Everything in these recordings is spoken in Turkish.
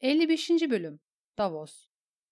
55. Bölüm Davos.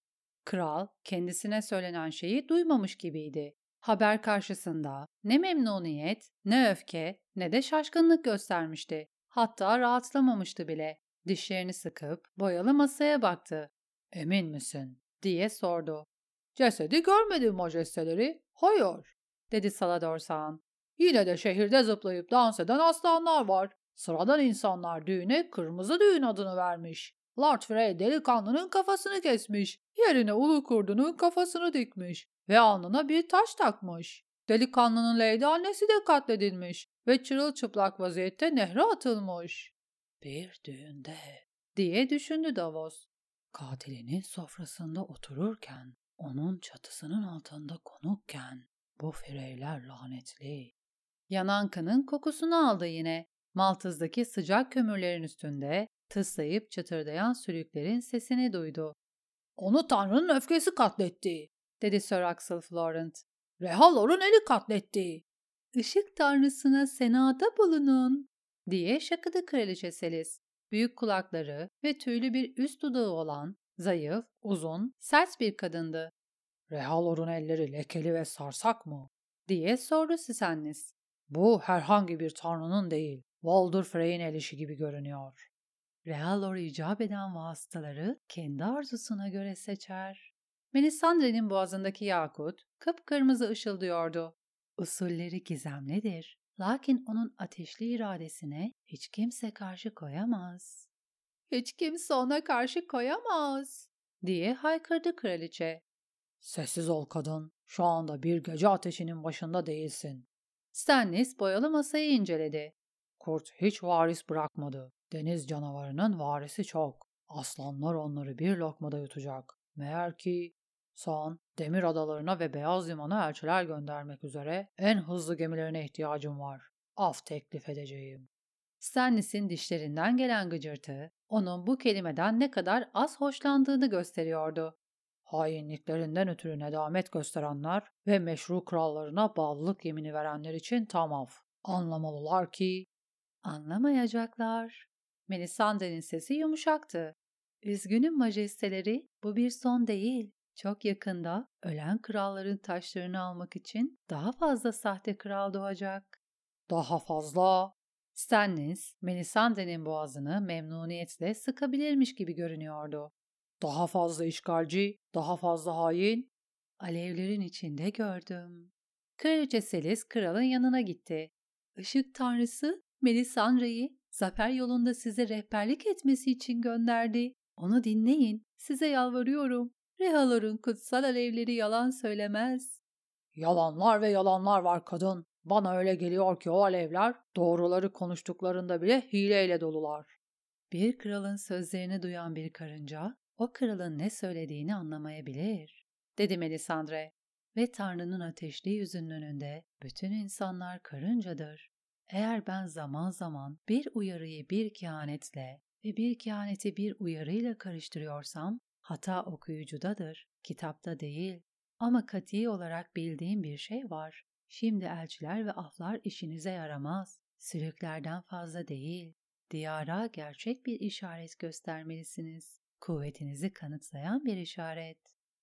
Kral kendisine söylenen şeyi duymamış gibiydi. Haber karşısında ne memnuniyet, ne öfke, ne de şaşkınlık göstermişti. Hatta rahatlamamıştı bile. Dişlerini sıkıp boyalı masaya baktı. "Emin misin?" diye sordu. "Cesedi görmedim majesteleri." "Hayır," dedi Salador Sağan. "Yine de şehirde zıplayıp dans eden aslanlar var. Sıradan insanlar düğüne kırmızı düğün adını vermiş. Lord Frey delikanlının kafasını kesmiş. Yerine ulu kurdunun kafasını dikmiş ve alnına bir taş takmış. Delikanlının Lady annesi de katledilmiş ve çırılçıplak vaziyette nehre atılmış." "Bir düğünde," diye düşündü Davos. "Katilinin sofrasında otururken, onun çatısının altında konukken, bu Freyler lanetli." Yanan kanın kokusunu aldı yine. Maltız'daki sıcak kömürlerin üstünde tıslayıp çıtırdayan sülüklerin sesini duydu. "Onu Tanrı'nın öfkesi katletti," dedi Sir Axel Florent. "Rehalor'un eli katletti." "Işık tanrısına senada bulunun," diye şakıdı Kraliçe Selis. Büyük kulakları ve tüylü bir üst dudağı olan, zayıf, uzun, sert bir kadındı. "Rehalor'un elleri lekeli ve sarsak mı?" diye sordu Stannis. "Bu herhangi bir tanrının değil, Walder Frey'in el işi gibi görünüyor." Rhaellor icap eden vasıtaları kendi arzusuna göre seçer. Melisandre'nin boğazındaki yakut kıpkırmızı ışıldıyordu. Usulleri gizemlidir. Lakin onun ateşli iradesine hiç kimse karşı koyamaz. "Hiç kimse ona karşı koyamaz," diye haykırdı kraliçe. "Sessiz ol kadın. Şu anda bir gece ateşinin başında değilsin." Stannis boyalı masayı inceledi. "Kurt hiç varis bırakmadı. Deniz canavarının varisi çok. Aslanlar onları bir lokmada yutacak. Meğer ki son demir adalarına ve beyaz limana elçiler göndermek üzere en hızlı gemilerine ihtiyacım var. Af teklif edeceğim." Stannis'in dişlerinden gelen gıcırtı onun bu kelimeden ne kadar az hoşlandığını gösteriyordu. "Hainliklerinden ötürü nedamet gösterenler ve meşru krallarına bağlılık yemini verenler için tam af. Anlamalılar ki..." "Anlamayacaklar." Melisandre'nin sesi yumuşaktı. "Üzgünüm majesteleri, bu bir son değil. Çok yakında ölen kralların taşlarını almak için daha fazla sahte kral doğacak." "Daha fazla?" Stannis, Melisandre'nin boğazını memnuniyetle sıkabilirmiş gibi görünüyordu. "Daha fazla işgalci, daha fazla hain." "Alevlerin içinde gördüm." Kraliçe Selis kralın yanına gitti. "Işık tanrısı Melisandre'yi zafer yolunda size rehberlik etmesi için gönderdi. Onu dinleyin, size yalvarıyorum. Rhaegar'ın kutsal alevleri yalan söylemez." "Yalanlar ve yalanlar var kadın. Bana öyle geliyor ki o alevler doğruları konuştuklarında bile hileyle dolular." Bir kralın sözlerini duyan bir karınca, o kralın ne söylediğini anlamayabilir, dedi Melisandre. Ve Tanrı'nın ateşli yüzünün önünde bütün insanlar karıncadır. Eğer ben zaman zaman bir uyarıyı bir kehanetle ve bir kehaneti bir uyarıyla karıştırıyorsam, hata okuyucudadır, kitapta değil. Ama kati olarak bildiğim bir şey var. Şimdi elçiler ve aflar işinize yaramaz. Sülüklerden fazla değil. Diyara gerçek bir işaret göstermelisiniz. Kuvvetinizi kanıtlayan bir işaret.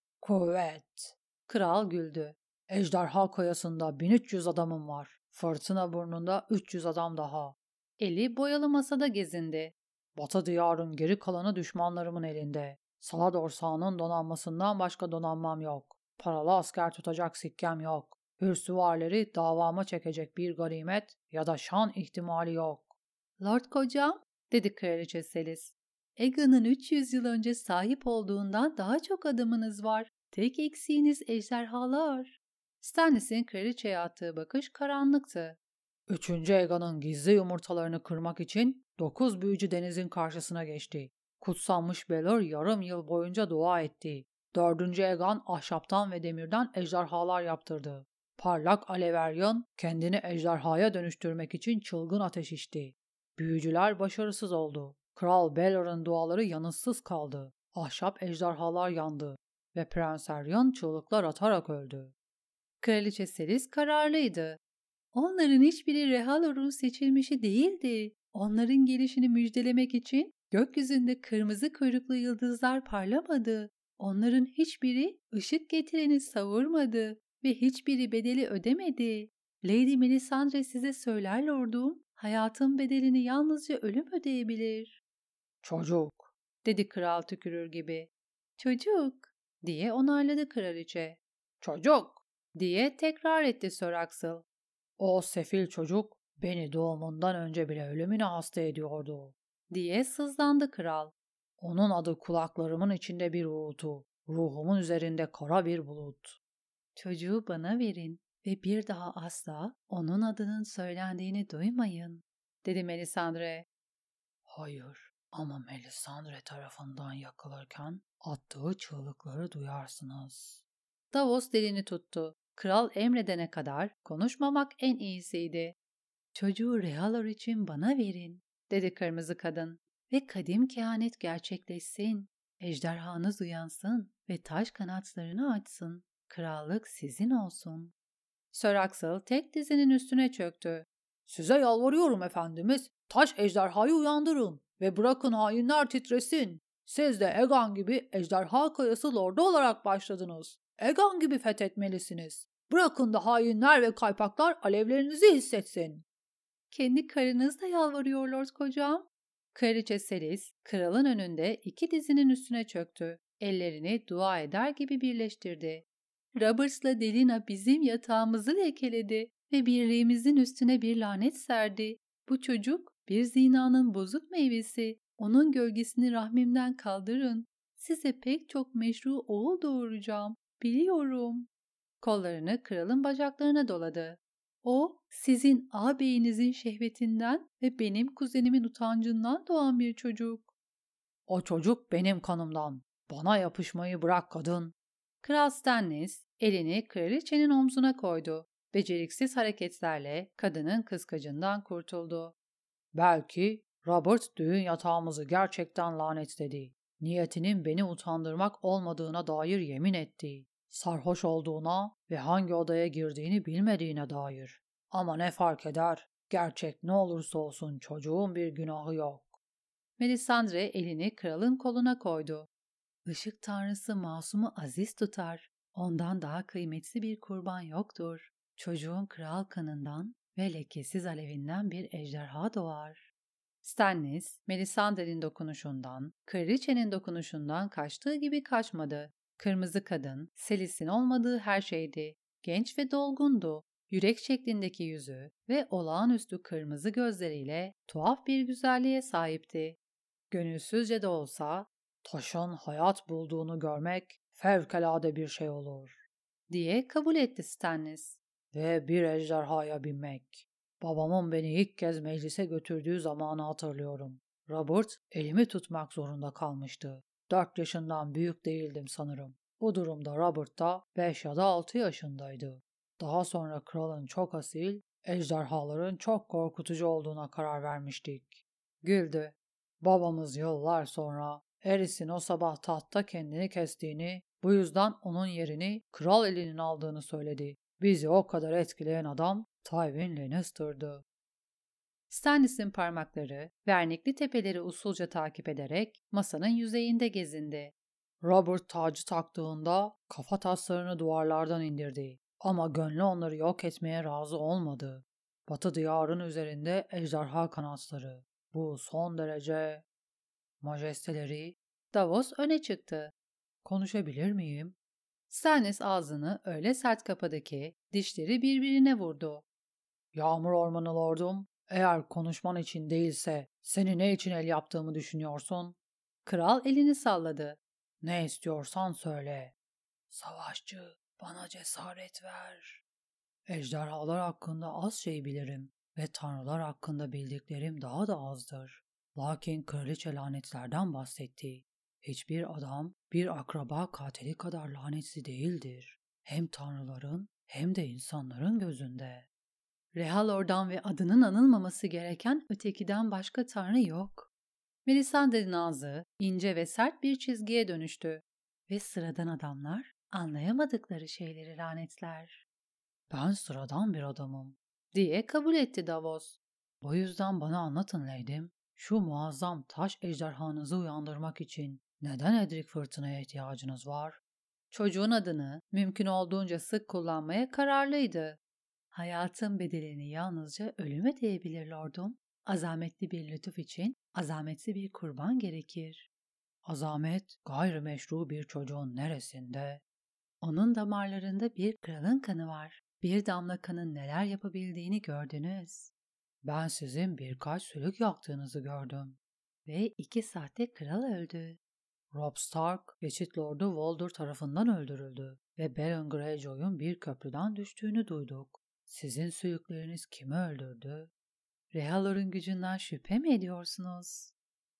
"Kuvvet." Kral güldü. "Ejderha Kayası'nda 1300 adamım var. Fırtına Burnu'nda 300 adam daha." Eli boyalı masada gezindi. "Batı diyarın geri kalanı düşmanlarımın elinde. Salador Sağ'ın donanmasından başka donanmam yok. Paralı asker tutacak sikkem yok. Hürsüvarileri davama çekecek bir ganimet ya da şan ihtimali yok." "Lord kocam," dedi Kraliçe Selis. "Aegon'un 300 yıl önce sahip olduğundan daha çok adamınız var. Tek eksiğiniz ejderhalar." Stannis'in kraliçeye attığı bakış karanlıktı. "Üçüncü Aegon'un gizli yumurtalarını kırmak için 9 büyücü denizin karşısına geçti. Kutsanmış Belor yarım yıl boyunca dua etti. 4. Aegon ahşaptan ve demirden ejderhalar yaptırdı. Parlak Aleveryon kendini ejderhaya dönüştürmek için çılgın ateş içti. Büyücüler başarısız oldu. Kral Belor'un duaları yanıtsız kaldı. Ahşap ejderhalar yandı ve Prens Aerion çığlıklar atarak öldü." Kraliçe Selis kararlıydı. "Onların hiçbiri Rhaegar'ın seçilmişi değildi. Onların gelişini müjdelemek için Gökyüzünde kırmızı kuyruklu yıldızlar parlamadı. Onların hiçbiri ışık getireni savurmadı ve hiçbiri bedeli ödemedi. Lady Melisandre size söyler lordum, hayatın bedelini yalnızca ölüm ödeyebilir. Çocuk, dedi kral tükürür gibi. Çocuk, diye onayladı kraliçe. Çocuk, diye tekrar etti Sir Axel. O sefil çocuk beni doğumundan önce bile ölümüne hasta ediyordu, diye sızlandı kral. Onun adı kulaklarımın içinde bir uğultu, ruhumun üzerinde kara bir bulut. Çocuğu bana verin ve bir daha asla onun adının söylendiğini duymayın, dedi Melisandre. Hayır ama Melisandre tarafından yakılırken attığı çığlıkları duyarsınız. Davos dilini tuttu. Kral emredene kadar konuşmamak en iyisiydi. Çocuğu Rhaelor için bana verin, dedi kırmızı kadın. Ve kadim kehanet gerçekleşsin. Ejderhanız uyansın ve taş kanatlarını açsın. Krallık sizin olsun. Sir Axel tek dizinin üstüne çöktü. Size yalvarıyorum efendimiz, taş ejderhayı uyandırın ve bırakın hainler titresin. Siz de Egan gibi ejderha kayası lordu olarak başladınız. Egan gibi fethetmelisiniz. Bırakın da hainler ve kaypaklar alevlerinizi hissetsin. Kendi karınız da yalvarıyor Lord Kocam. Kraliçe Selis, kralın önünde iki dizinin üstüne çöktü. Ellerini dua eder gibi birleştirdi. Roberts'la Delina bizim yatağımızı lekeledi ve birliğimizin üstüne bir lanet serdi. Bu çocuk bir zinanın bozuk meyvesi. Onun gölgesini rahmimden kaldırın. Size pek çok meşru oğul doğuracağım. Biliyorum. Kollarını kralın bacaklarına doladı. O, sizin ağabeyinizin şehvetinden ve benim kuzenimin utancından doğan bir çocuk. O çocuk benim kanımdan. Bana yapışmayı bırak kadın. Kral Stannis elini kraliçenin omzuna koydu. Beceriksiz hareketlerle kadının kıskacından kurtuldu. Belki Robert düğün yatağımızı gerçekten lanetledi. Niyetinin beni utandırmak olmadığına dair yemin etti. Sarhoş olduğuna ve hangi odaya girdiğini bilmediğine dair. Ama ne fark eder? Gerçek ne olursa olsun çocuğun bir günahı yok. Melisandre elini kralın koluna koydu. Işık tanrısı masumu aziz tutar. Ondan daha kıymetli bir kurban yoktur. Çocuğun kral kanından ve lekesiz alevinden bir ejderha doğar. Stannis, Melisandre'nin dokunuşundan, kraliçenin dokunuşundan kaçtığı gibi kaçmadı. Kırmızı kadın, Selis'in olmadığı her şeydi. Genç ve dolgundu. Yürek şeklindeki yüzü ve olağanüstü kırmızı gözleriyle tuhaf bir güzelliğe sahipti. Gönülsüzce de olsa, taşın hayat bulduğunu görmek fevkalade bir şey olur, diye kabul etti Stannis. Ve bir ejderhaya binmek. Babamın beni ilk kez meclise götürdüğü zamanı hatırlıyorum. Robert elimi tutmak zorunda kalmıştı. 4 yaşından büyük değildim sanırım. Bu durumda Robert da 5 ya da 6 yaşındaydı. Daha sonra kralın çok asil, ejderhaların çok korkutucu olduğuna karar vermiştik. Güldü. Babamız yıllar sonra Aerys'in o sabah tahtta kendini kestiğini, bu yüzden onun yerini kral elinin aldığını söyledi. Bizi o kadar etkileyen adam Tywin Lannister'dı. Stannis'in parmakları vernikli tepeleri usulca takip ederek masanın yüzeyinde gezindi. Robert tacı taktığında kafa taslarını duvarlardan indirdi. Ama gönlü onları yok etmeye razı olmadı. Batı diyarın üzerinde ejderha kanatları. Bu son derece... Majesteleri, Davos öne çıktı. Konuşabilir miyim? Stannis ağzını öyle sert kapadı ki dişleri birbirine vurdu. Yağmur ormanı lordum, eğer konuşman için değilse seni ne için el yaptığımı düşünüyorsun? Kral elini salladı. Ne istiyorsan söyle. Savaşçı, bana cesaret ver. Ejderhalar hakkında az şey bilirim ve tanrılar hakkında bildiklerim daha da azdır. Lakin kraliçe lanetlerden bahsetti. Hiçbir adam bir akraba katili kadar lanetli değildir. Hem tanrıların hem de insanların gözünde. Rhaelor'dan ve adının anılmaması gereken ötekiden başka tanrı yok. Melisandre'nin ağzı ince ve sert bir çizgiye dönüştü. Ve sıradan adamlar anlayamadıkları şeyleri lanetler. Ben sıradan bir adamım, diye kabul etti Davos. O yüzden bana anlatın Leydim. Şu muazzam taş ejderhanızı uyandırmak için neden Edric Fırtına'ya ihtiyacınız var? Çocuğun adını mümkün olduğunca sık kullanmaya kararlıydı. Hayatın bedelini yalnızca ölüm ödeyebilir lordum. Azametli bir lütuf için azametli bir kurban gerekir. Azamet gayrimeşru bir çocuğun neresinde? Onun damarlarında bir kralın kanı var. Bir damla kanın neler yapabildiğini gördünüz. Ben sizin birkaç sülük yaktığınızı gördüm. Ve 2 saatte kral öldü. Robb Stark, Geçit Lordu Voldur tarafından öldürüldü ve Baron Greyjoy'un bir köprüden düştüğünü duyduk. Sizin sülükleriniz kimi öldürdü? Rhaegar'ın gücünden şüphe mi ediyorsunuz?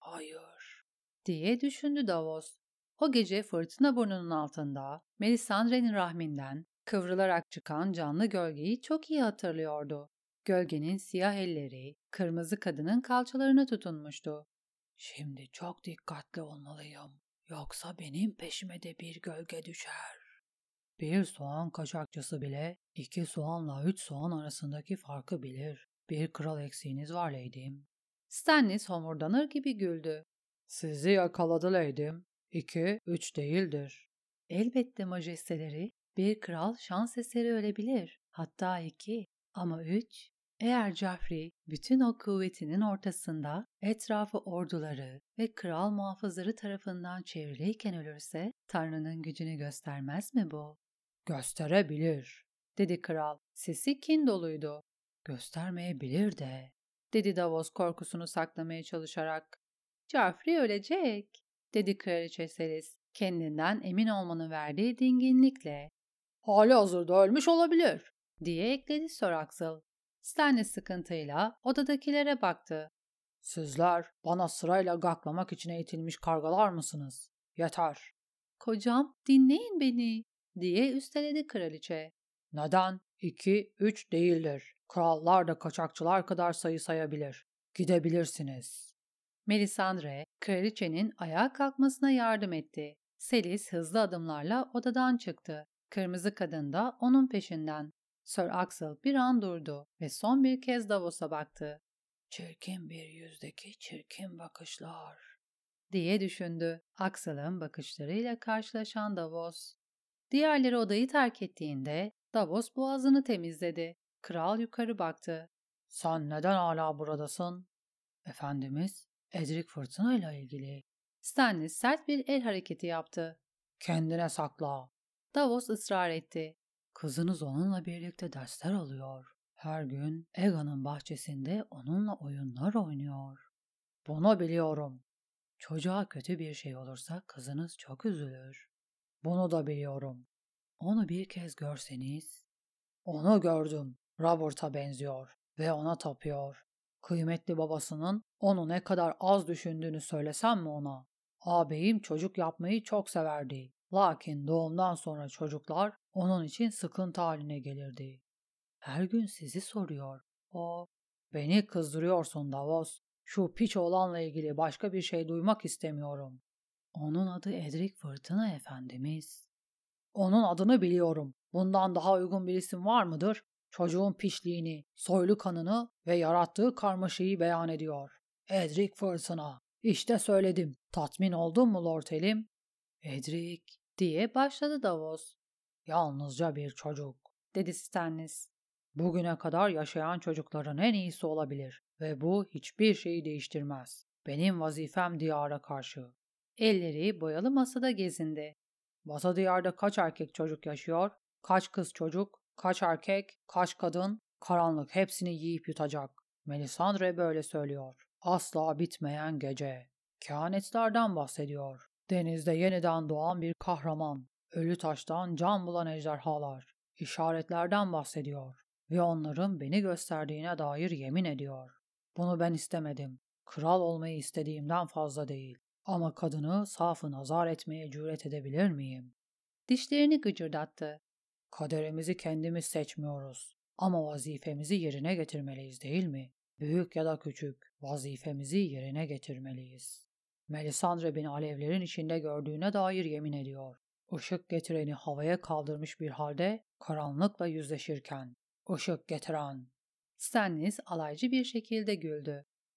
Hayır, diye düşündü Davos. O gece fırtına burnunun altında Melisandre'nin rahminden kıvrılarak çıkan canlı gölgeyi çok iyi hatırlıyordu. Gölgenin siyah elleri kırmızı kadının kalçalarına tutunmuştu. Şimdi çok dikkatli olmalıyım. Yoksa benim peşime de bir gölge düşer. Bir soğan kaçakçısı bile 2 soğanla 3 soğan arasındaki farkı bilir. Bir kral eksiğiniz var Lady'm. Stannis homurdanır gibi güldü. Sizi yakaladı Lady'm. 2, 3 değildir. Elbette majesteleri, bir kral şans eseri ölebilir. Hatta 2 ama 3. Eğer Joffrey bütün o kuvvetinin ortasında etrafı orduları ve kral muhafızları tarafından çevriliyken ölürse Tanrı'nın gücünü göstermez mi bu? Gösterebilir, dedi kral. Sesi kin doluydu. Göstermeyebilir de, dedi Davos korkusunu saklamaya çalışarak. Joffrey ölecek, dedi kraliçe Selis, kendinden emin olmanın verdiği dinginlikle. Hali hazırda ölmüş olabilir, diye ekledi Sir Axel. Stanley sıkıntıyla odadakilere baktı. Sizler bana sırayla gaklamak için eğitilmiş kargalar mısınız? Yeter. Kocam, dinleyin beni, diye üsteledi kraliçe. Neden? 2, 3 değildir. Krallar da kaçakçılar kadar sayı sayabilir. Gidebilirsiniz. Melisandre, kraliçenin ayağa kalkmasına yardım etti. Selis hızlı adımlarla odadan çıktı. Kırmızı kadın da onun peşinden. Sir Axel bir an durdu ve son bir kez Davos'a baktı. Çirkin bir yüzdeki çirkin bakışlar, diye düşündü. Axel'ın bakışlarıyla karşılaşan Davos. Diğerleri odayı terk ettiğinde Davos boğazını temizledi. Kral yukarı baktı. Sen neden hala buradasın? Efendimiz, Edric Fırtına ile ilgili. Stannis sert bir el hareketi yaptı. Kendine sakla. Davos ısrar etti. Kızınız onunla birlikte dersler alıyor. Her gün Aegon'un bahçesinde onunla oyunlar oynuyor. Bunu biliyorum. Çocuğa kötü bir şey olursa kızınız çok üzülür. Bunu da biliyorum. Onu bir kez görseniz. Onu gördüm. Robert'a benziyor ve ona tapıyor. Kıymetli babasının onu ne kadar az düşündüğünü söylesem mi ona? Ağabeyim çocuk yapmayı çok severdi. Lakin doğumdan sonra çocuklar onun için sıkıntı haline gelirdi. Her gün sizi soruyor. O, beni kızdırıyorsun Davos. Şu piç oğlanla ilgili başka bir şey duymak istemiyorum. Onun adı Edric Fırtına efendimiz. Onun adını biliyorum. Bundan daha uygun bir isim var mıdır? Çocuğun pişliğini, soylu kanını ve yarattığı karmaşayı beyan ediyor. Edric Fırtına. İşte söyledim. Tatmin oldun mu Lord Elim? Edric, diye başladı Davos. Yalnızca bir çocuk, dedi Stannis. Bugüne kadar yaşayan çocukların en iyisi olabilir ve bu hiçbir şeyi değiştirmez. Benim vazifem diyara karşı. Elleri boyalı masada gezindi. Masa diyarda kaç erkek çocuk yaşıyor? Kaç kız çocuk? Kaç erkek? Kaç kadın? Karanlık hepsini yiyip yutacak. Melisandre böyle söylüyor. Asla bitmeyen gece. Kehanetlerden bahsediyor. Denizde yeniden doğan bir kahraman. Ölü taştan can bulan ejderhalar. İşaretlerden bahsediyor. Ve onların beni gösterdiğine dair yemin ediyor. Bunu ben istemedim. Kral olmayı istediğimden fazla değil. Ama kadını safı nazar etmeye cüret edebilir miyim? Dişlerini gıcırdattı. Kaderimizi kendimiz seçmiyoruz. Ama vazifemizi yerine getirmeliyiz değil mi? Büyük ya da küçük, vazifemizi yerine getirmeliyiz. Melisandre beni alevlerin içinde gördüğüne dair yemin ediyor. Işık getireni havaya kaldırmış bir halde karanlıkla yüzleşirken. Işık getiren. Stannis alaycı bir şekilde güldü.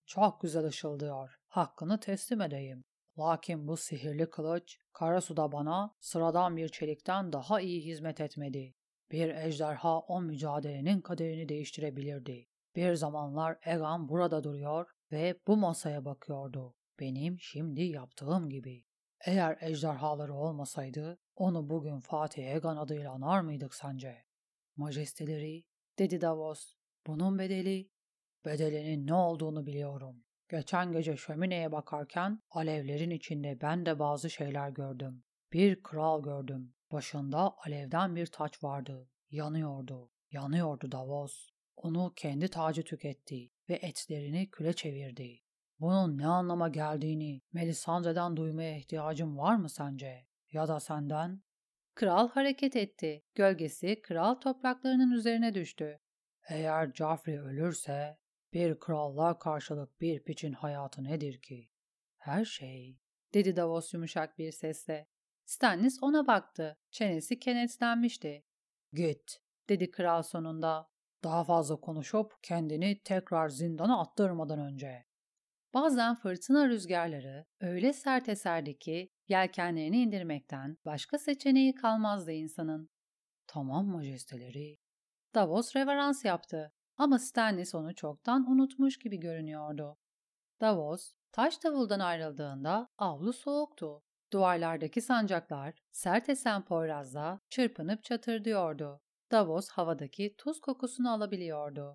Çok güzel ışıldıyor. Hakkını teslim edeyim. Lakin bu sihirli kılıç Karasu'da bana sıradan bir çelikten daha iyi hizmet etmedi. Bir ejderha o mücadelenin kaderini değiştirebilirdi. Bir zamanlar Egan burada duruyor ve bu masaya bakıyordu. Benim şimdi yaptığım gibi. Eğer ejderhaları olmasaydı onu bugün Fatih Egan adıyla anar mıydık sence? Majesteleri, dedi Davos. Bunun bedelinin ne olduğunu biliyorum. Geçen gece şömineye bakarken alevlerin içinde ben de bazı şeyler gördüm. Bir kral gördüm. Başında alevden bir taç vardı. Yanıyordu. Yanıyordu Davos. Onu kendi tacı tüketti ve etlerini küle çevirdi. Bunun ne anlama geldiğini Melisandre'den duymaya ihtiyacım var mı sence? Ya da senden? Kral hareket etti. Gölgesi kral topraklarının üzerine düştü. Eğer Joffrey ölürse bir krallığa karşılık bir piçin hayatı nedir ki? Her şey, dedi Davos yumuşak bir sesle. Stannis ona baktı. Çenesi kenetlenmişti. Git, dedi kral sonunda. Daha fazla konuşup kendini tekrar zindana attırmadan önce. Bazen fırtına rüzgarları öyle sert eserdi ki yelkenlerini indirmekten başka seçeneği kalmazdı insanın. Tamam majesteleri. Davos reverans yaptı ama Stannis onu çoktan unutmuş gibi görünüyordu. Davos, taş davuldan ayrıldığında avlu soğuktu. Duvarlardaki sancaklar sert esen Poyraz'da çırpınıp çatırdıyordu. Davos havadaki tuz kokusunu alabiliyordu.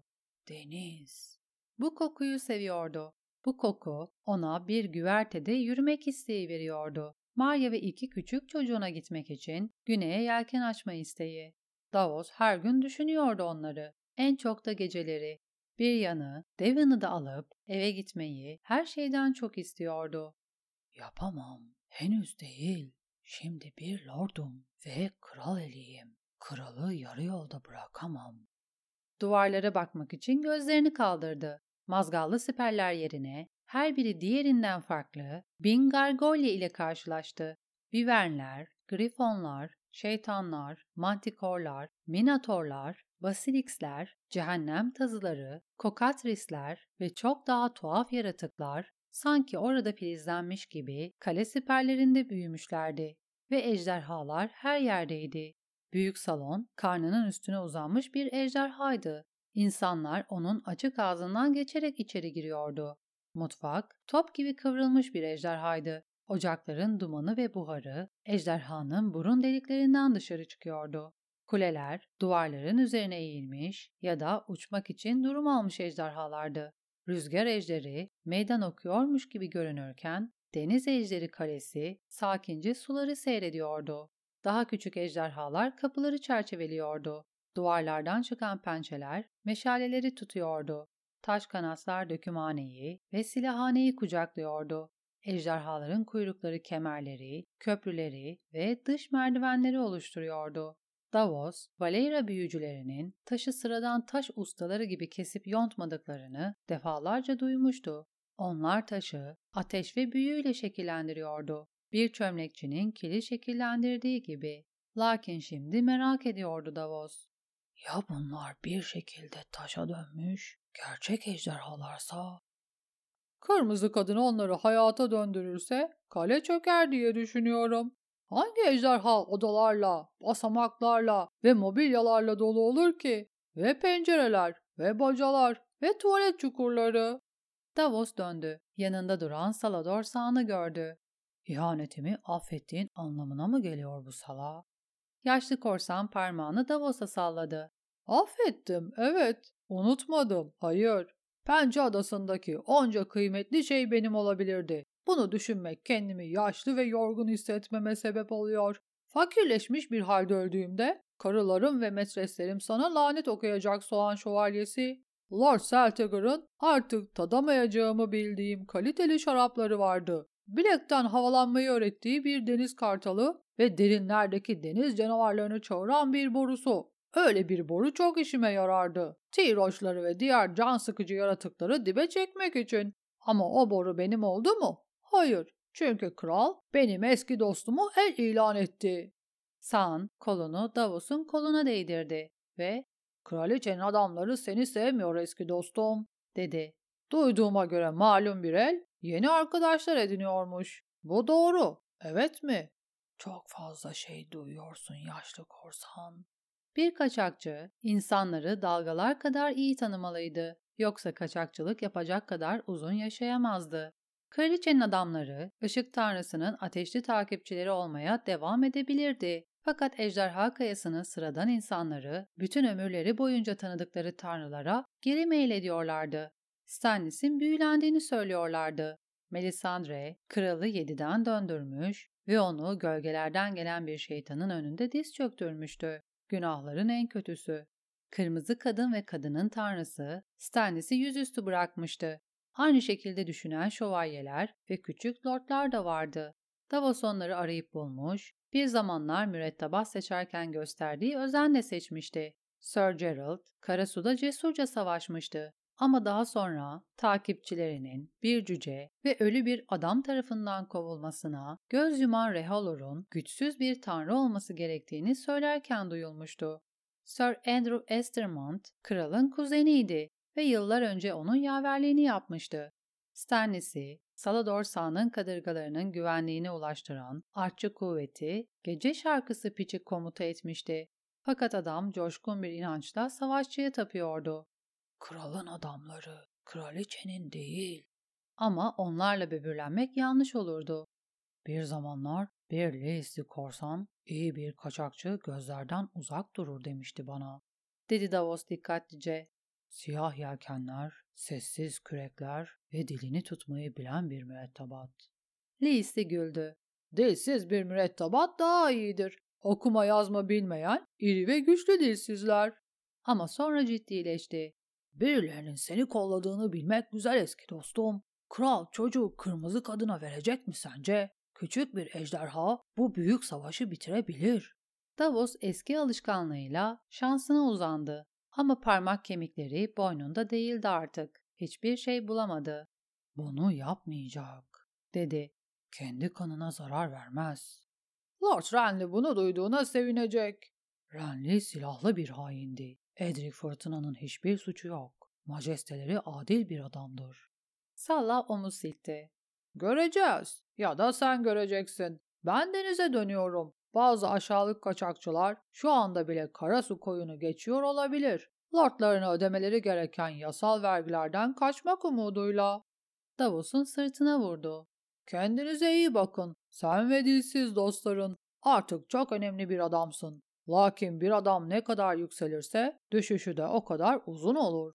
Deniz. Bu kokuyu seviyordu. Bu koku ona bir güvertede yürümek isteği veriyordu. Marya ve iki küçük çocuğuna gitmek için güneye yelken açma isteği. Davos her gün düşünüyordu onları. En çok da geceleri. Bir yanı Devon'ı da alıp eve gitmeyi her şeyden çok istiyordu. Yapamam. Henüz değil. Şimdi bir lordum ve kral eliyim. Kralı yarı yolda bırakamam. Duvarlara bakmak için gözlerini kaldırdı. Mazgallı siperler yerine her biri diğerinden farklı 1000 gargolye ile karşılaştı. Vivernler, grifonlar, şeytanlar, mantikorlar, minatorlar, basiliksler, cehennem tazıları, kokatrisler ve çok daha tuhaf yaratıklar sanki orada filizlenmiş gibi kale siperlerinde büyümüşlerdi ve ejderhalar her yerdeydi. Büyük salon, karnının üstüne uzanmış bir ejderhaydı. İnsanlar onun açık ağzından geçerek içeri giriyordu. Mutfak, top gibi kıvrılmış bir ejderhaydı. Ocakların dumanı ve buharı, ejderhanın burun deliklerinden dışarı çıkıyordu. Kuleler, duvarların üzerine eğilmiş ya da uçmak için durum almış ejderhalardı. Rüzgar ejderi, meydan okuyormuş gibi görünürken, deniz ejderi kalesi, sakince suları seyrediyordu. Daha küçük ejderhalar kapıları çerçeveliyordu. Duvarlardan çıkan pençeler meşaleleri tutuyordu. Taş kanatlar dökümhaneyi ve silahhaneyi kucaklıyordu. Ejderhaların kuyrukları kemerleri, köprüleri ve dış merdivenleri oluşturuyordu. Davos, Valeyra büyücülerinin taşı sıradan taş ustaları gibi kesip yontmadıklarını defalarca duymuştu. Onlar taşı, ateş ve büyüyle şekillendiriyordu. Bir çömlekçinin kili şekillendirdiği gibi. Lakin şimdi merak ediyordu Davos. Ya bunlar bir şekilde taşa dönmüş, gerçek ejderhalarsa? Kırmızı kadın onları hayata döndürürse kale çöker diye düşünüyorum. Hangi ejderha odalarla, basamaklarla ve mobilyalarla dolu olur ki? Ve pencereler, ve bacalar, ve tuvalet çukurları. Davos döndü. Yanında duran Salador Sağan'ı gördü. İhanetimi affettiğin anlamına mı geliyor bu sala? Yaşlı korsan parmağını Davos'a salladı. Affettim, evet. Unutmadım, hayır. Pençe adasındaki onca kıymetli şey benim olabilirdi. Bunu düşünmek kendimi yaşlı ve yorgun hissetmeme sebep oluyor. Fakirleşmiş bir halde öldüğümde karılarım ve metreslerim sana lanet okuyacak soğan şövalyesi. Lord Selteger'ın artık tadamayacağımı bildiğim kaliteli şarapları vardı. Bilekten havalanmayı öğrettiği bir deniz kartalı ve derinlerdeki deniz canavarlarını çağıran bir borusu. Öyle bir boru çok işime yarardı. Tiroşları ve diğer can sıkıcı yaratıkları dibe çekmek için. Ama o boru benim oldu mu? Hayır. Çünkü kral benim eski dostumu el ilan etti. San kolunu Davos'un koluna değdirdi ve "Kraliçenin adamları seni sevmiyor eski dostum," dedi. Duyduğuma göre malum bir el yeni arkadaşlar ediniyormuş. Bu doğru, evet mi? Çok fazla şey duyuyorsun yaşlı korsan. Bir kaçakçı insanları dalgalar kadar iyi tanımalıydı. Yoksa kaçakçılık yapacak kadar uzun yaşayamazdı. Kraliçenin adamları, ışık tanrısının ateşli takipçileri olmaya devam edebilirdi. Fakat ejderha kayasının sıradan insanları bütün ömürleri boyunca tanıdıkları tanrılara geri meylediyorlardı. Stannis'in büyülendiğini söylüyorlardı. Melisandre, kralı 7'den döndürmüş ve onu gölgelerden gelen bir şeytanın önünde diz çöktürmüştü. Günahların en kötüsü. Kırmızı kadın ve kadının tanrısı Stannis'i yüzüstü bırakmıştı. Aynı şekilde düşünen şövalyeler ve küçük lordlar da vardı. Davos onları arayıp bulmuş, bir zamanlar mürettebat seçerken gösterdiği özenle seçmişti. Sir Gerald, Karasu'da cesurca savaşmıştı. Ama daha sonra takipçilerinin bir cüce ve ölü bir adam tarafından kovulmasına göz yuman Rhaegalor'un güçsüz bir tanrı olması gerektiğini söylerken duyulmuştu. Sir Andrew Estermont, kralın kuzeniydi ve yıllar önce onun yaverliğini yapmıştı. Stannis'i, Salador Sağ'ın kadırgalarının güvenliğine ulaştıran artçı kuvveti gece şarkısı piçi komuta etmişti. Fakat adam coşkun bir inançla savaşçıya tapıyordu. Kralın adamları, kraliçenin değil. Ama onlarla böbürlenmek yanlış olurdu. Bir zamanlar bir Leisli korsan, iyi bir kaçakçı gözlerden uzak durur demişti bana. Dedi Davos dikkatlice. Siyah yelkenler, sessiz kürekler ve dilini tutmayı bilen bir mürettebat. Leisli güldü. Dilsiz bir mürettebat daha iyidir. Okuma yazma bilmeyen, iri ve güçlü dilsizler. Ama sonra ciddileşti. Birilerinin seni kolladığını bilmek güzel eski dostum. Kral çocuğu kırmızı kadına verecek mi sence? Küçük bir ejderha bu büyük savaşı bitirebilir. Davos eski alışkanlığıyla şansına uzandı. Ama parmak kemikleri boynunda değildi artık. Hiçbir şey bulamadı. Bunu yapmayacak, dedi. kendi kanına zarar vermez. Lord Renly bunu duyduğuna sevinecek. Renly silahlı bir haindi. Edric Fırtına'nın hiçbir suçu yok. Majesteleri adil bir adamdır. Salla omuz silkti. Göreceğiz. Ya da sen göreceksin. Ben denize dönüyorum. Bazı aşağılık kaçakçılar şu anda bile Karasu koyunu geçiyor olabilir. Lordlarına ödemeleri gereken yasal vergilerden kaçmak umuduyla. Davos'un sırtına vurdu. Kendinize iyi bakın. Sen ve dilsiz dostların. Artık çok önemli bir adamsın. Lakin bir adam ne kadar yükselirse düşüşü de o kadar uzun olur.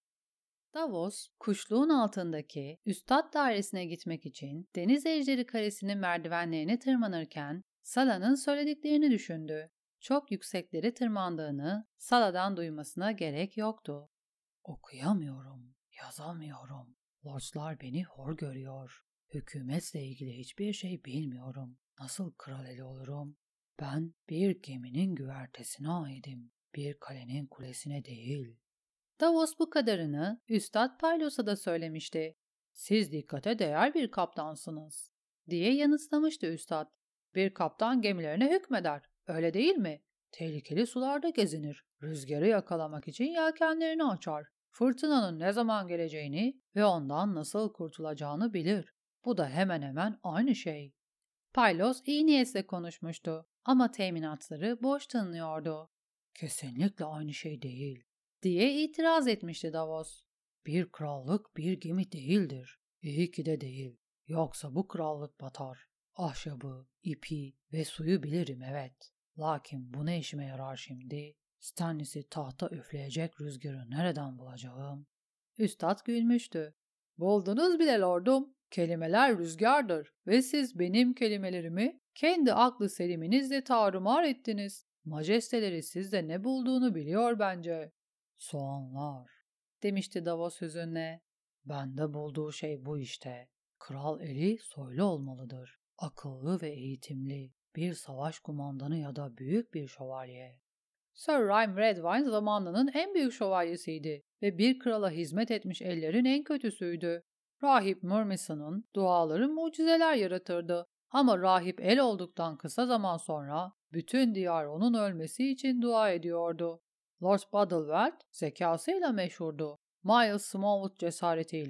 Davos, kuşluğun altındaki Üstad Dairesi'ne gitmek için Deniz Ejderi Kalesi'nin merdivenlerini tırmanırken Sala'nın söylediklerini düşündü. Çok yüksekleri tırmandığını Sala'dan duymasına gerek yoktu. Okuyamıyorum, yazamıyorum. Lordlar beni hor görüyor. Hükümetle ilgili hiçbir şey bilmiyorum. Nasıl kral eli olurum? Ben bir geminin güvertesine aidim. Bir kalenin kulesine değil. Davos bu kadarını Üstad Paylos'a da söylemişti. Siz dikkate değer bir kaptansınız, diye yanıtlamıştı Üstad. bir kaptan gemilerine hükmeder, öyle değil mi? Tehlikeli sularda gezinir, rüzgarı yakalamak için yelkenlerini açar. Fırtınanın ne zaman geleceğini ve ondan nasıl kurtulacağını bilir. Bu da hemen hemen aynı şey. Paylos iyi niyetle konuşmuştu ama teminatları boş tınlıyordu. Kesinlikle aynı şey değil, diye itiraz etmişti Davos. Bir krallık bir gemi değildir. İyi ki de değil. Yoksa bu krallık batar. Ahşabı, ipi ve suyu bilirim evet. Lakin bu ne işime yarar şimdi? Stannis'i tahta üfleyecek rüzgarı nereden bulacağım? Üstad gülmüştü. Buldunuz bile lordum. Kelimeler rüzgardır ve siz benim kelimelerimi kendi aklı seliminizle tarumar ettiniz. Majesteleri sizde ne bulduğunu biliyor bence. Soğanlar, demişti Davos hüzünle. bende bulduğu şey bu işte. Kral eli soylu olmalıdır. Akıllı ve eğitimli. Bir savaş kumandanı ya da büyük bir şövalye. Sir Rime Redwyne zamanının en büyük şövalyesiydi ve bir krala hizmet etmiş ellerin en kötüsüydü. Rahip Murmison'un duaları mucizeler yaratırdı. Ama rahip el olduktan kısa zaman sonra bütün diyar onun ölmesi için dua ediyordu. Lord Badlewelt zekasıyla meşhurdu. Miles Smallwood cesaretiyle,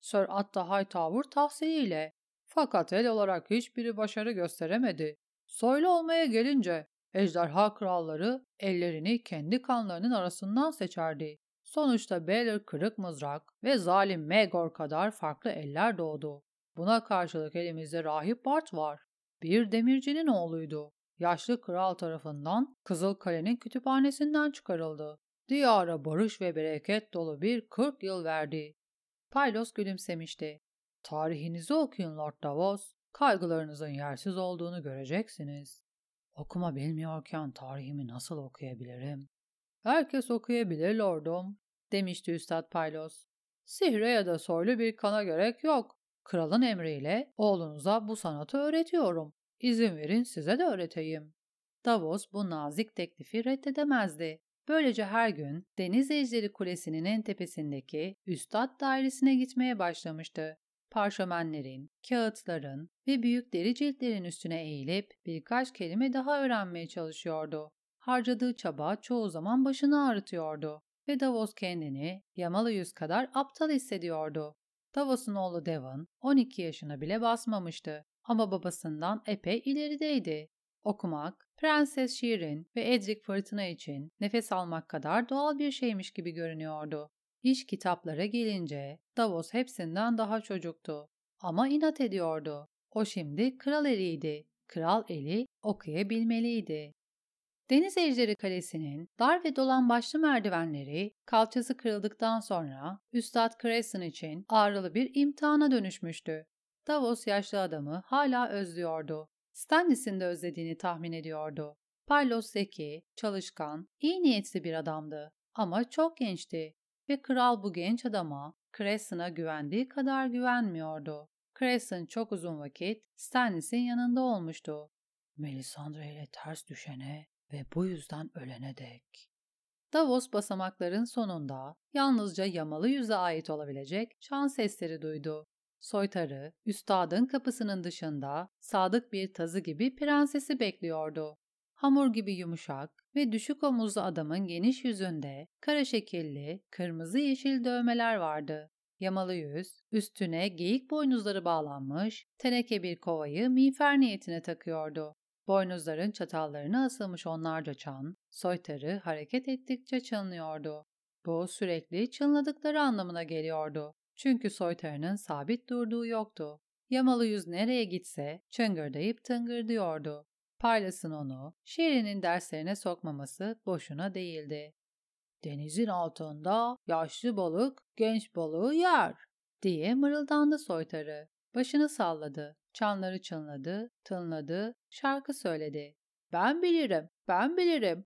Sir Atta Hightower tahsiliyle. Fakat el olarak hiçbiri başarı gösteremedi. Soylu olmaya gelince ejderha kralları ellerini kendi kanlarının arasından seçerdi. Sonuçta Baelor Kırık Mızrak ve zalim Maegor kadar farklı eller doğdu. Buna karşılık elimizde Rahip Bart var. Bir demircinin oğluydu. Yaşlı kral tarafından Kızılkale'nin kütüphanesinden çıkarıldı. Diyara barış ve bereket dolu bir 40 yıl verdi. Pylos gülümsemişti. Tarihinizi okuyun Lord Davos. Kaygılarınızın yersiz olduğunu göreceksiniz. Okuma bilmiyorken tarihimi nasıl okuyabilirim? Herkes okuyabilir lordum, demişti Üstad Pylos. Sihre ya da soylu bir kana gerek yok. Kralın emriyle oğlunuza bu sanatı öğretiyorum. İzin verin size de öğreteyim. Davos bu nazik teklifi reddedemezdi. Böylece her gün Deniz Ejderi Kulesi'nin en tepesindeki Üstad dairesine gitmeye başlamıştı. Parşömenlerin, kağıtların ve büyük deri ciltlerin üstüne eğilip birkaç kelime daha öğrenmeye çalışıyordu. Harcadığı çaba çoğu zaman başını ağrıtıyordu ve Davos kendini yamalı yüz kadar aptal hissediyordu. Davos'un oğlu Devon 12 yaşına bile basmamıştı ama babasından epey ilerideydi. Okumak, Prenses Shirin ve Edric Fırtına için nefes almak kadar doğal bir şeymiş gibi görünüyordu. İş kitaplara gelince Davos hepsinden daha çocuktu. Ama inat ediyordu. O şimdi kral eliydi. Kral eli okuyabilmeliydi. Deniz Ejderi Kalesi'nin dar ve dolambaçlı merdivenleri kalçası kırıldıktan sonra Üstad Crescent için ağrılı bir imtihana dönüşmüştü. Davos yaşlı adamı hala özlüyordu. Stannis'in de özlediğini tahmin ediyordu. Pylos zeki, çalışkan, iyi niyetli bir adamdı ama çok gençti ve kral bu genç adama Crescent'a güvendiği kadar güvenmiyordu. Crescent çok uzun vakit Stannis'in yanında olmuştu. Melisandre ile ters düşene ve bu yüzden ölene dek. Davos basamakların sonunda yalnızca yamalı yüze ait olabilecek şan sesleri duydu. Soytarı, üstadın kapısının dışında sadık bir tazı gibi prensesi bekliyordu. Hamur gibi yumuşak ve düşük omuzlu adamın geniş yüzünde kara şekilli, kırmızı yeşil dövmeler vardı. Yamalı yüz, üstüne geyik boynuzları bağlanmış, teneke bir kovayı miğfer niyetine takıyordu. Boynuzların çatallarına asılmış onlarca çan, soytarı hareket ettikçe çınlıyordu. Bu sürekli çınladıkları anlamına geliyordu. Çünkü soytarının sabit durduğu yoktu. Yamalı yüz nereye gitse çıngırdayıp tıngırdıyordu. Parlas'ın onu Şirin'in derslerine sokmaması boşuna değildi. Denizin altında yaşlı balık genç balığı yer diye mırıldandı soytarı. Başını salladı, çanları çınladı, tınladı, şarkı söyledi. Ben bilirim, ben bilirim.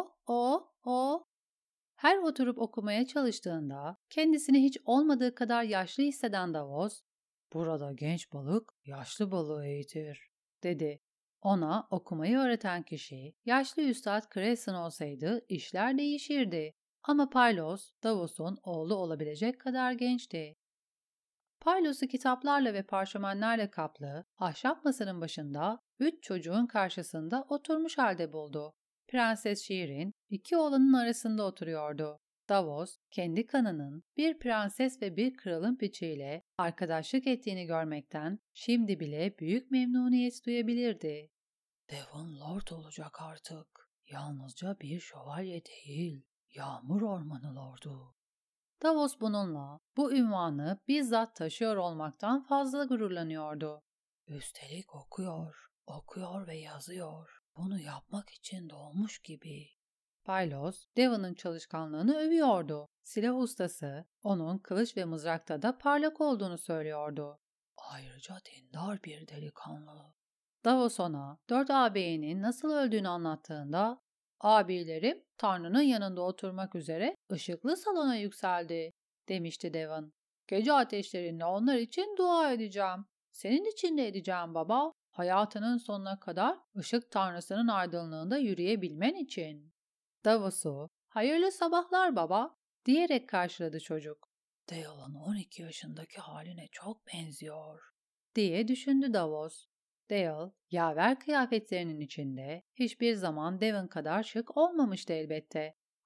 O. Her oturup okumaya çalıştığında kendisini hiç olmadığı kadar yaşlı hisseden Davos, burada genç balık yaşlı balığı eğitir, dedi. Ona okumayı öğreten kişi yaşlı Üstad Crescent olsaydı işler değişirdi. Ama Pylos, Davos'un oğlu olabilecek kadar gençti. Pylos'u kitaplarla ve parşömenlerle kaplı, ahşap masanın başında 3 çocuğun karşısında oturmuş halde buldu. Prenses Shirin 2 oğlanın arasında oturuyordu. Davos, kendi kanının bir prenses ve bir kralın piçiyle arkadaşlık ettiğini görmekten şimdi bile büyük memnuniyet duyabilirdi. Devon Lord olacak artık. Yalnızca bir şövalye değil, Yağmur Ormanı Lordu. Davos bununla, bu ünvanı bizzat taşıyor olmaktan fazla gururlanıyordu. Üstelik okuyor ve yazıyor. Bunu yapmak için doğmuş gibi. Pylos, Devon'ın çalışkanlığını övüyordu. Silah ustası, onun kılıç ve mızrakta da parlak olduğunu söylüyordu. Ayrıca dindar bir delikanlı. Davos ona 4 ağabeyinin nasıl öldüğünü anlattığında, "Abilerim Tanrı'nın yanında oturmak üzere ışıklı salona yükseldi," demişti Devon. "Gece ateşlerinle onlar için dua edeceğim. Senin için de edeceğim baba. Hayatının sonuna kadar ışık tanrısının aydınlığında yürüyebilmen için." Davos'u "Hayırlı sabahlar baba," diyerek karşıladı çocuk. Dale'ın 12 yaşındaki haline çok benziyor, diye düşündü Davos. Dale, yaver kıyafetlerinin içinde hiçbir zaman Devon kadar şık olmamıştı elbette.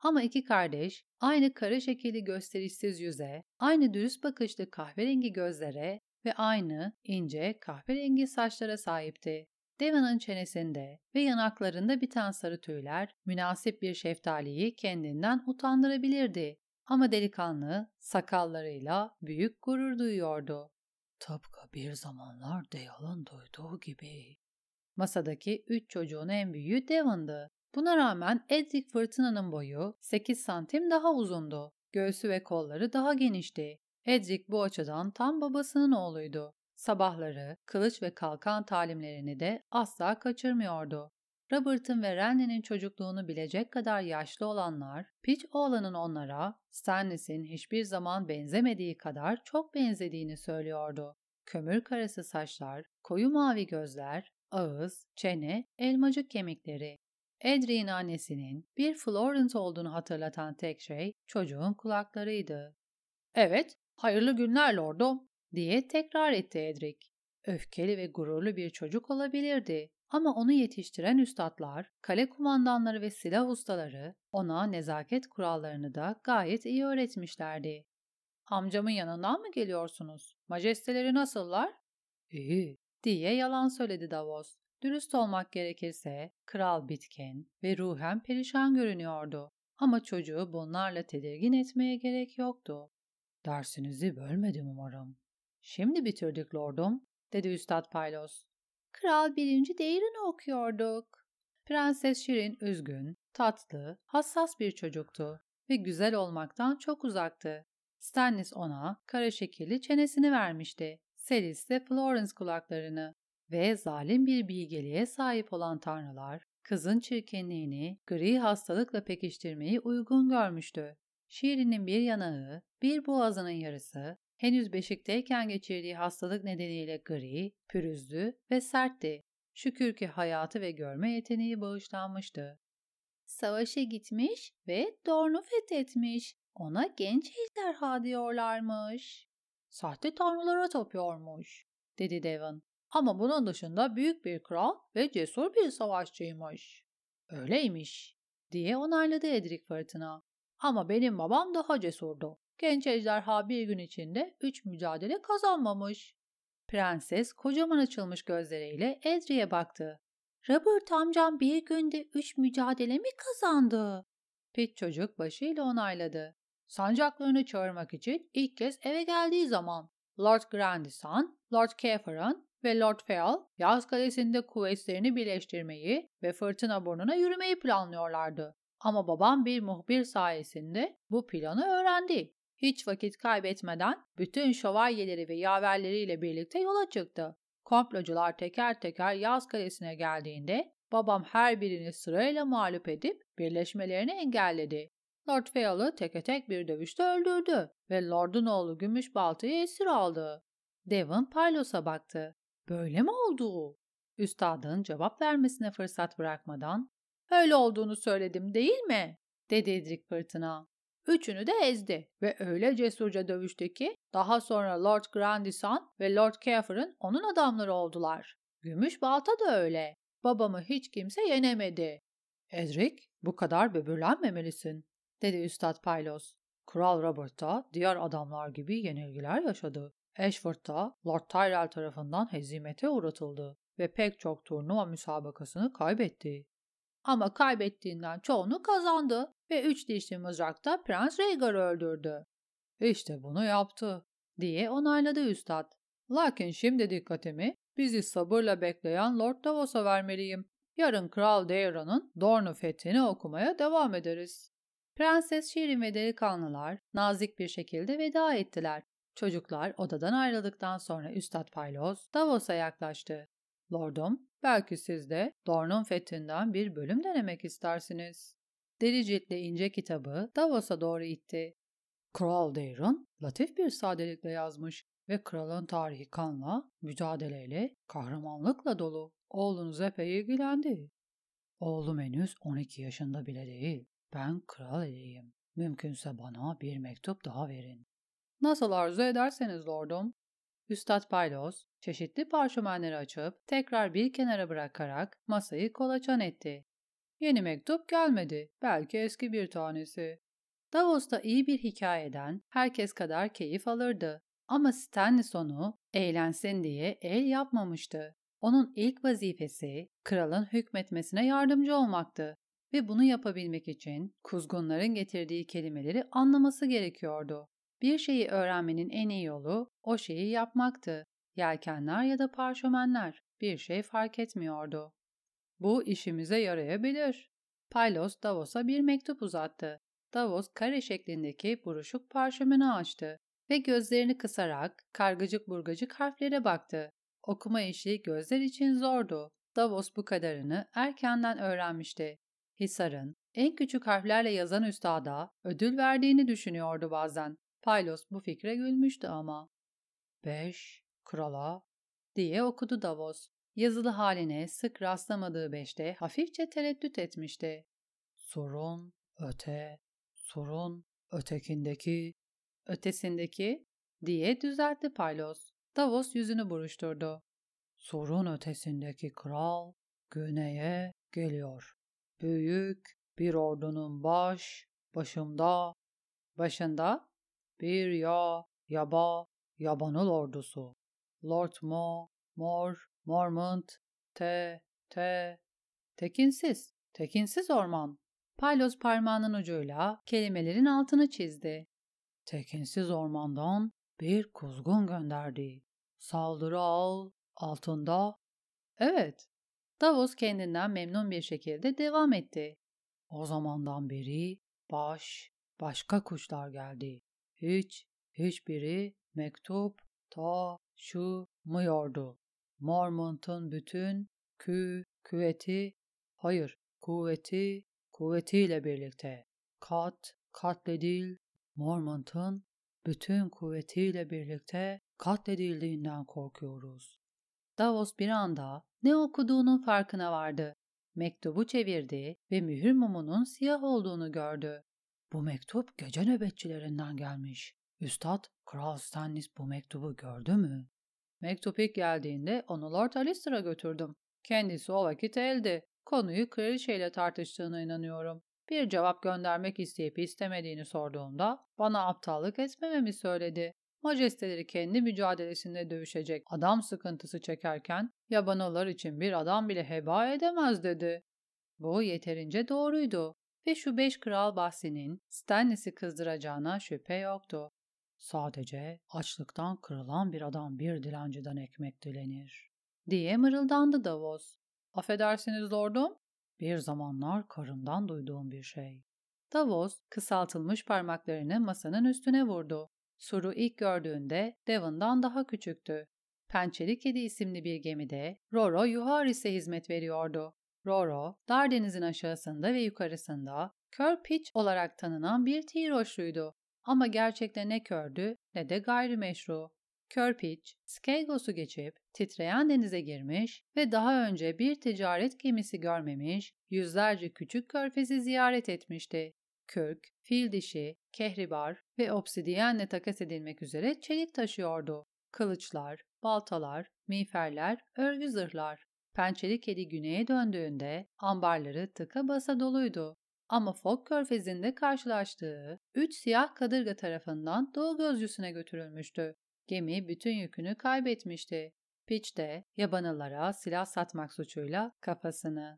Ama iki kardeş aynı kara şekilli gösterişsiz yüze, aynı dürüst bakışlı kahverengi gözlere ve aynı ince kahverengi saçlara sahipti. Devon'ın çenesinde ve yanaklarında biten sarı tüyler münasip bir şeftaliyi kendinden utandırabilirdi. Ama delikanlı sakallarıyla büyük gurur duyuyordu. Tıpkı bir zamanlar Dale'ın duyduğu gibi. Masadaki 3 çocuğun en büyüğü Devon'dı. Buna rağmen Edric Fırtına'nın boyu 8 santim daha uzundu. Göğsü ve kolları daha genişti. Edric bu açıdan tam babasının oğluydu. Sabahları kılıç ve kalkan talimlerini de asla kaçırmıyordu. Robert'ın ve Renly'nin çocukluğunu bilecek kadar yaşlı olanlar, Peach oğlanın onlara Stannis'in hiçbir zaman benzemediği kadar çok benzediğini söylüyordu. Kömür karası saçlar, koyu mavi gözler, ağız, çene, elmacık kemikleri. Adrian annesinin bir Florence olduğunu hatırlatan tek şey çocuğun kulaklarıydı. "Evet, hayırlı günler lordum," diye tekrar etti Edric. Öfkeli ve gururlu bir çocuk olabilirdi ama onu yetiştiren üstatlar, kale kumandanları ve silah ustaları ona nezaket kurallarını da gayet iyi öğretmişlerdi. "Amcamın yanından mı geliyorsunuz? Majesteleri nasıllar?" İyi. diye yalan söyledi Davos. Dürüst olmak gerekirse kral bitkin ve ruhen perişan görünüyordu. Ama çocuğu bunlarla tedirgin etmeye gerek yoktu. Dersinizi bölmedim umarım. "Şimdi bitirdik lordum," dedi Üstad Paylos. "Kral 1. Değerini okuyorduk." Prenses Şirin üzgün, tatlı, hassas bir çocuktu ve güzel olmaktan çok uzaktı. Stannis ona kara şekilli çenesini vermişti. Selis de Florence kulaklarını ve zalim bir bilgeliğe sahip olan tanrılar, kızın çirkinliğini gri hastalıkla pekiştirmeyi uygun görmüştü. Şirin'in bir yanağı, bir boğazının yarısı, henüz beşikteyken geçirdiği hastalık nedeniyle gri, pürüzlü ve sertti. Şükür ki hayatı ve görme yeteneği bağışlanmıştı. Savaşa gitmiş ve Dorne'u fethetmiş. Ona genç ejderha diyorlarmış. "Sahte tanrılara tapıyormuş," dedi Devon. "Ama bunun dışında büyük bir kral ve cesur bir savaşçıymış." "Öyleymiş," diye onayladı Edric Fırtına. "Ama benim babam daha cesurdu. Genç ejderha bir gün içinde 3 mücadele kazanmamış." Prenses kocaman açılmış gözleriyle Edric'e baktı. "Robert amcam bir günde 3 mücadele mi kazandı?" Pit çocuk başıyla onayladı. "Sancaklarını çağırmak için ilk kez eve geldiği zaman. Lord Grandison, Lord Caeferon ve Lord Feal Yaz Kalesi'nde kuvvetlerini birleştirmeyi ve Fırtına Burnu'na yürümeyi planlıyorlardı. Ama babam bir muhbir sayesinde bu planı öğrendi. Hiç vakit kaybetmeden bütün şövalyeleri ve yaverleriyle birlikte yola çıktı. Komplocular teker teker Yaz Kalesi'ne geldiğinde babam her birini sırayla mağlup edip birleşmelerini engelledi. Lord Feal'ı teke tek bir dövüşte öldürdü ve Lord'un oğlu Gümüşbalta'yı esir aldı." Devon Pylos'a baktı. "Böyle mi oldu?" Üstadın cevap vermesine fırsat bırakmadan "Öyle olduğunu söyledim değil mi?" dedi Edric Fırtına. "Üçünü de ezdi ve öyle cesurca dövüştü ki daha sonra Lord Grandison ve Lord Caefer'ın onun adamları oldular. Gümüşbalta da öyle. Babamı hiç kimse yenemedi." "Edric, bu kadar böbürlenmemelisin," dedi Üstad Paylos. "Kral Robert da diğer adamlar gibi yenilgiler yaşadı. Ashford da Lord Tyrell tarafından hezimete uğratıldı ve pek çok turnuva müsabakasını kaybetti. Ama kaybettiğinden çoğunu kazandı ve 3 dişli mızrakta Prens Rhaegar'ı öldürdü." "İşte bunu yaptı," diye onayladı Üstad. "Lakin şimdi dikkatimi bizi sabırla bekleyen Lord Davos'a vermeliyim. Yarın Kral Daeron'un Dorne fethini okumaya devam ederiz." Prenses Şirin ve delikanlılar nazik bir şekilde veda ettiler. Çocuklar odadan ayrıldıktan sonra Üstad Paylos Davos'a yaklaştı. "Lordum, belki siz de Dorne'un fethinden bir bölüm denemek istersiniz." Deri ciltli ince kitabı Davos'a doğru itti. Kral Daeron latif bir sadelikle yazmış ve kralın tarihi kanla, mücadeleyle, kahramanlıkla dolu. Oğlunuz epey ilgilendi. "Oğlum henüz 12 yaşında bile değil. Ben kral eleyim. Mümkünse bana bir mektup daha verin." "Nasıl arzu ederseniz lordum." Üstad Paylos çeşitli parşömenleri açıp tekrar bir kenara bırakarak masayı kolaçan etti. Yeni mektup gelmedi. Belki eski bir tanesi. Davos'ta iyi bir hikayeden herkes kadar keyif alırdı. Ama Stannis onu eğlensin diye el yapmamıştı. Onun ilk vazifesi kralın hükmetmesine yardımcı olmaktı ve bunu yapabilmek için kuzgunların getirdiği kelimeleri anlaması gerekiyordu. Bir şeyi öğrenmenin en iyi yolu o şeyi yapmaktı. Yelkenler ya da parşömenler bir şey fark etmiyordu. Bu işimize yarayabilir. Pylos Davos'a bir mektup uzattı. Davos kare şeklindeki buruşuk parşömeni açtı ve gözlerini kısarak kargıcık burgacık harflere baktı. Okuma işi gözler için zordu. Davos bu kadarını erkenden öğrenmişti. Hisar'ın en küçük harflerle yazan üstada ödül verdiğini düşünüyordu bazen. Pylos bu fikre gülmüştü ama. 5. Krala diye okudu Davos. Yazılı haline sık rastlamadığı beşte hafifçe tereddüt etmişti. Sorun, sorun, ötekindeki. Ötesindeki diye düzeltti Pylos. Davos yüzünü buruşturdu. Sorun ötesindeki kral güneye geliyor. Büyük bir ordunun başımda, Başında bir yabanıl ordusu. Lord Mormont, te, tekinsiz orman. Pylos parmağının ucuyla kelimelerin altını çizdi. tekinsiz ormandan bir kuzgun gönderdi. Saldırı altında. Evet. Davos kendinden memnun bir şekilde devam etti. O zamandan beri başka kuşlar geldi. Hiçbiri mektup taşımıyordu. Mormont'un bütün küveti, hayır, kuvvetiyle birlikte katledil, Mormont'un bütün kuvvetiyle birlikte katledildiğinden korkuyoruz. Davos bir anda ne okuduğunun farkına vardı. Mektubu çevirdi ve mühür mumunun siyah olduğunu gördü. Bu mektup gece nöbetçilerinden gelmiş. Üstad, Kral Stannis bu mektubu gördü mü? Mektup ilk geldiğinde onu Lord Alistair'a götürdüm. Kendisi o vakit eldi. Konuyu kraliçeyle tartıştığına inanıyorum. Bir cevap göndermek isteyip istemediğini sorduğumda bana aptallık etmememi söyledi. Majesteleri kendi mücadelesinde dövüşecek adam sıkıntısı çekerken yabanolar için bir adam bile heba edemez dedi. Bu yeterince doğruydu ve şu 5 kral bahsinin Stannis'i kızdıracağına şüphe yoktu. Sadece açlıktan kırılan bir adam bir dilenciden ekmek dilenir, diye mırıldandı Davos. Affedersiniz lordum. Bir zamanlar karımdan duyduğum bir şey. Davos kısaltılmış parmaklarını masanın üstüne vurdu. Sur'u ilk gördüğünde Devon'dan daha küçüktü. Pençeli Kedi isimli bir gemide Roro Yuharis'e hizmet veriyordu. Roro, dar denizin aşağısında ve yukarısında kör piç olarak tanınan bir tiroşluydu. Ama gerçekte ne kördü ne de gayrimeşru. Kör piç, Skagos'u geçip titreyen denize girmiş ve daha önce bir ticaret gemisi görmemiş, yüzlerce küçük körfezi ziyaret etmişti. Kürk, fil dişi, kehribar ve obsidiyenle takas edilmek üzere çelik taşıyordu. Kılıçlar, baltalar, miğferler, örgü zırhlar. Pençeli Kedi güneye döndüğünde ambarları tıka basa doluydu. Ama Fok Körfezi'nde karşılaştığı 3 siyah kadırga tarafından Doğu Gözcüsü'ne götürülmüştü. Gemi bütün yükünü kaybetmişti. Pitch de yabanıllara silah satmak suçuyla kafasını.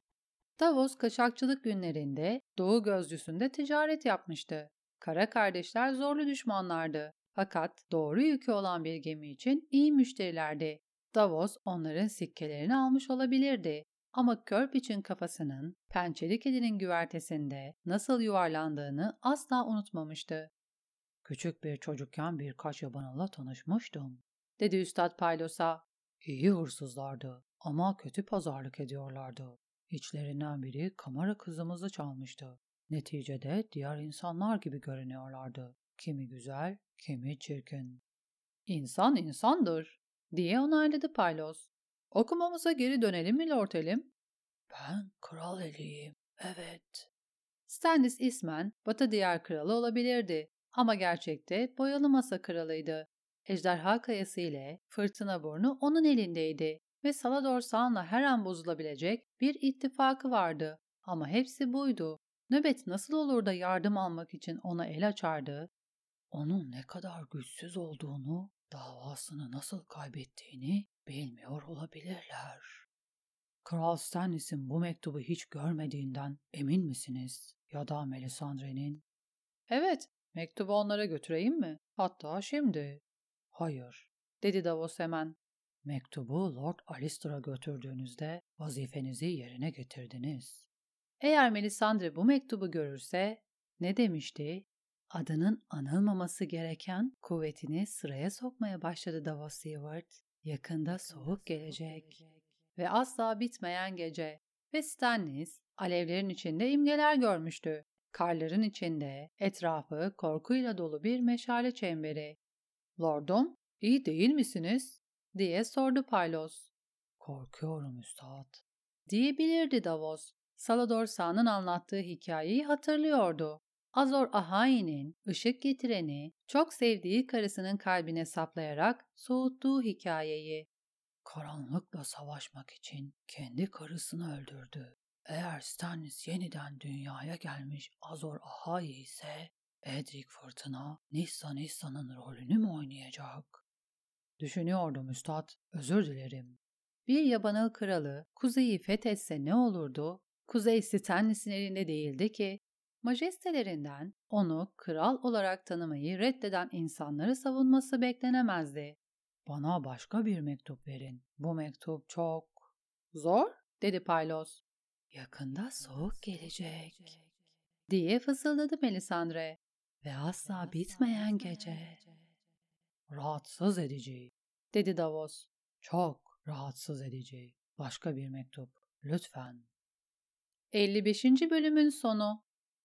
Davos kaçakçılık günlerinde Doğu Gözcüsü'nde ticaret yapmıştı. Kara kardeşler zorlu düşmanlardı. Fakat doğru yükü olan bir gemi için iyi müşterilerdi. Davos onların sikkelerini almış olabilirdi. Ama Körpiç'in kafasının pençeli kedinin güvertesinde nasıl yuvarlandığını asla unutmamıştı. Küçük bir çocukken birkaç yabanılla tanışmıştım, dedi Üstad Paylos'a. İyi hırsızlardı ama kötü pazarlık ediyorlardı. İçlerinden biri kamera kızımızı çalmıştı. Neticede diğer insanlar gibi görünüyorlardı. Kimi güzel, kimi çirkin. İnsan insandır, diye onayladı Paylos. Okumamıza geri dönelim mi Lord Elim? Ben kral eliyim, evet. Stannis ismen Batı Diyar Kralı olabilirdi ama gerçekte Boyalı Masa Kralı'ydı. Ejderha Kayası ile Fırtına Burnu onun elindeydi ve Salador Sağan'la her an bozulabilecek bir ittifakı vardı. Ama hepsi buydu. Nöbet nasıl olur da yardım almak için ona el açardı? Onun ne kadar güçsüz olduğunu, davasını nasıl kaybettiğini bilmiyor olabilirler. Kral Stannis'in bu mektubu hiç görmediğinden emin misiniz? Ya da Melisandre'nin? Evet, mektubu onlara götüreyim mi? Hatta şimdi. Hayır. Dedi Davos hemen. Mektubu Lord Alistair'a götürdüğünüzde vazifenizi yerine getirdiniz. Eğer Melisandre bu mektubu görürse, ne demişti? Adının anılmaması gereken kuvvetini sıraya sokmaya başladı Davos Seaward. Yakında soğuk gelecek. Ve asla bitmeyen gece. Ve Stannis alevlerin içinde imgeler görmüştü. Karların içinde etrafı korkuyla dolu bir meşale çemberi. Lordum, iyi değil misiniz? Diye sordu Pylos. Korkuyorum üstad. Diyebilirdi Davos. Salador Sağ'ın anlattığı hikayeyi hatırlıyordu. Azor Ahai'nin ışık getireni, çok sevdiği karısının kalbine saplayarak soğuttuğu hikayeyi. Karanlıkla savaşmak için kendi karısını öldürdü. Eğer Stannis yeniden dünyaya gelmiş Azor Ahai ise Edric Fırtına Nissa'nın rolünü mü oynayacak? Düşünüyordum üstad, özür dilerim. Bir yabanıl kralı kuzeyi fethetse ne olurdu? Kuzey Stannis'in elinde değildi ki. Majestelerinden onu kral olarak tanımayı reddeden insanları savunması beklenemezdi. Bana başka bir mektup verin. Bu mektup çok... Zor, dedi Pylos. Yakında soğuk gelecek Diye fısıldadı Melisandre. ve asla bitmeyen gece. Rahatsız edici, Dedi Davos. çok rahatsız edici. Başka bir mektup, lütfen. 55. bölümün sonu.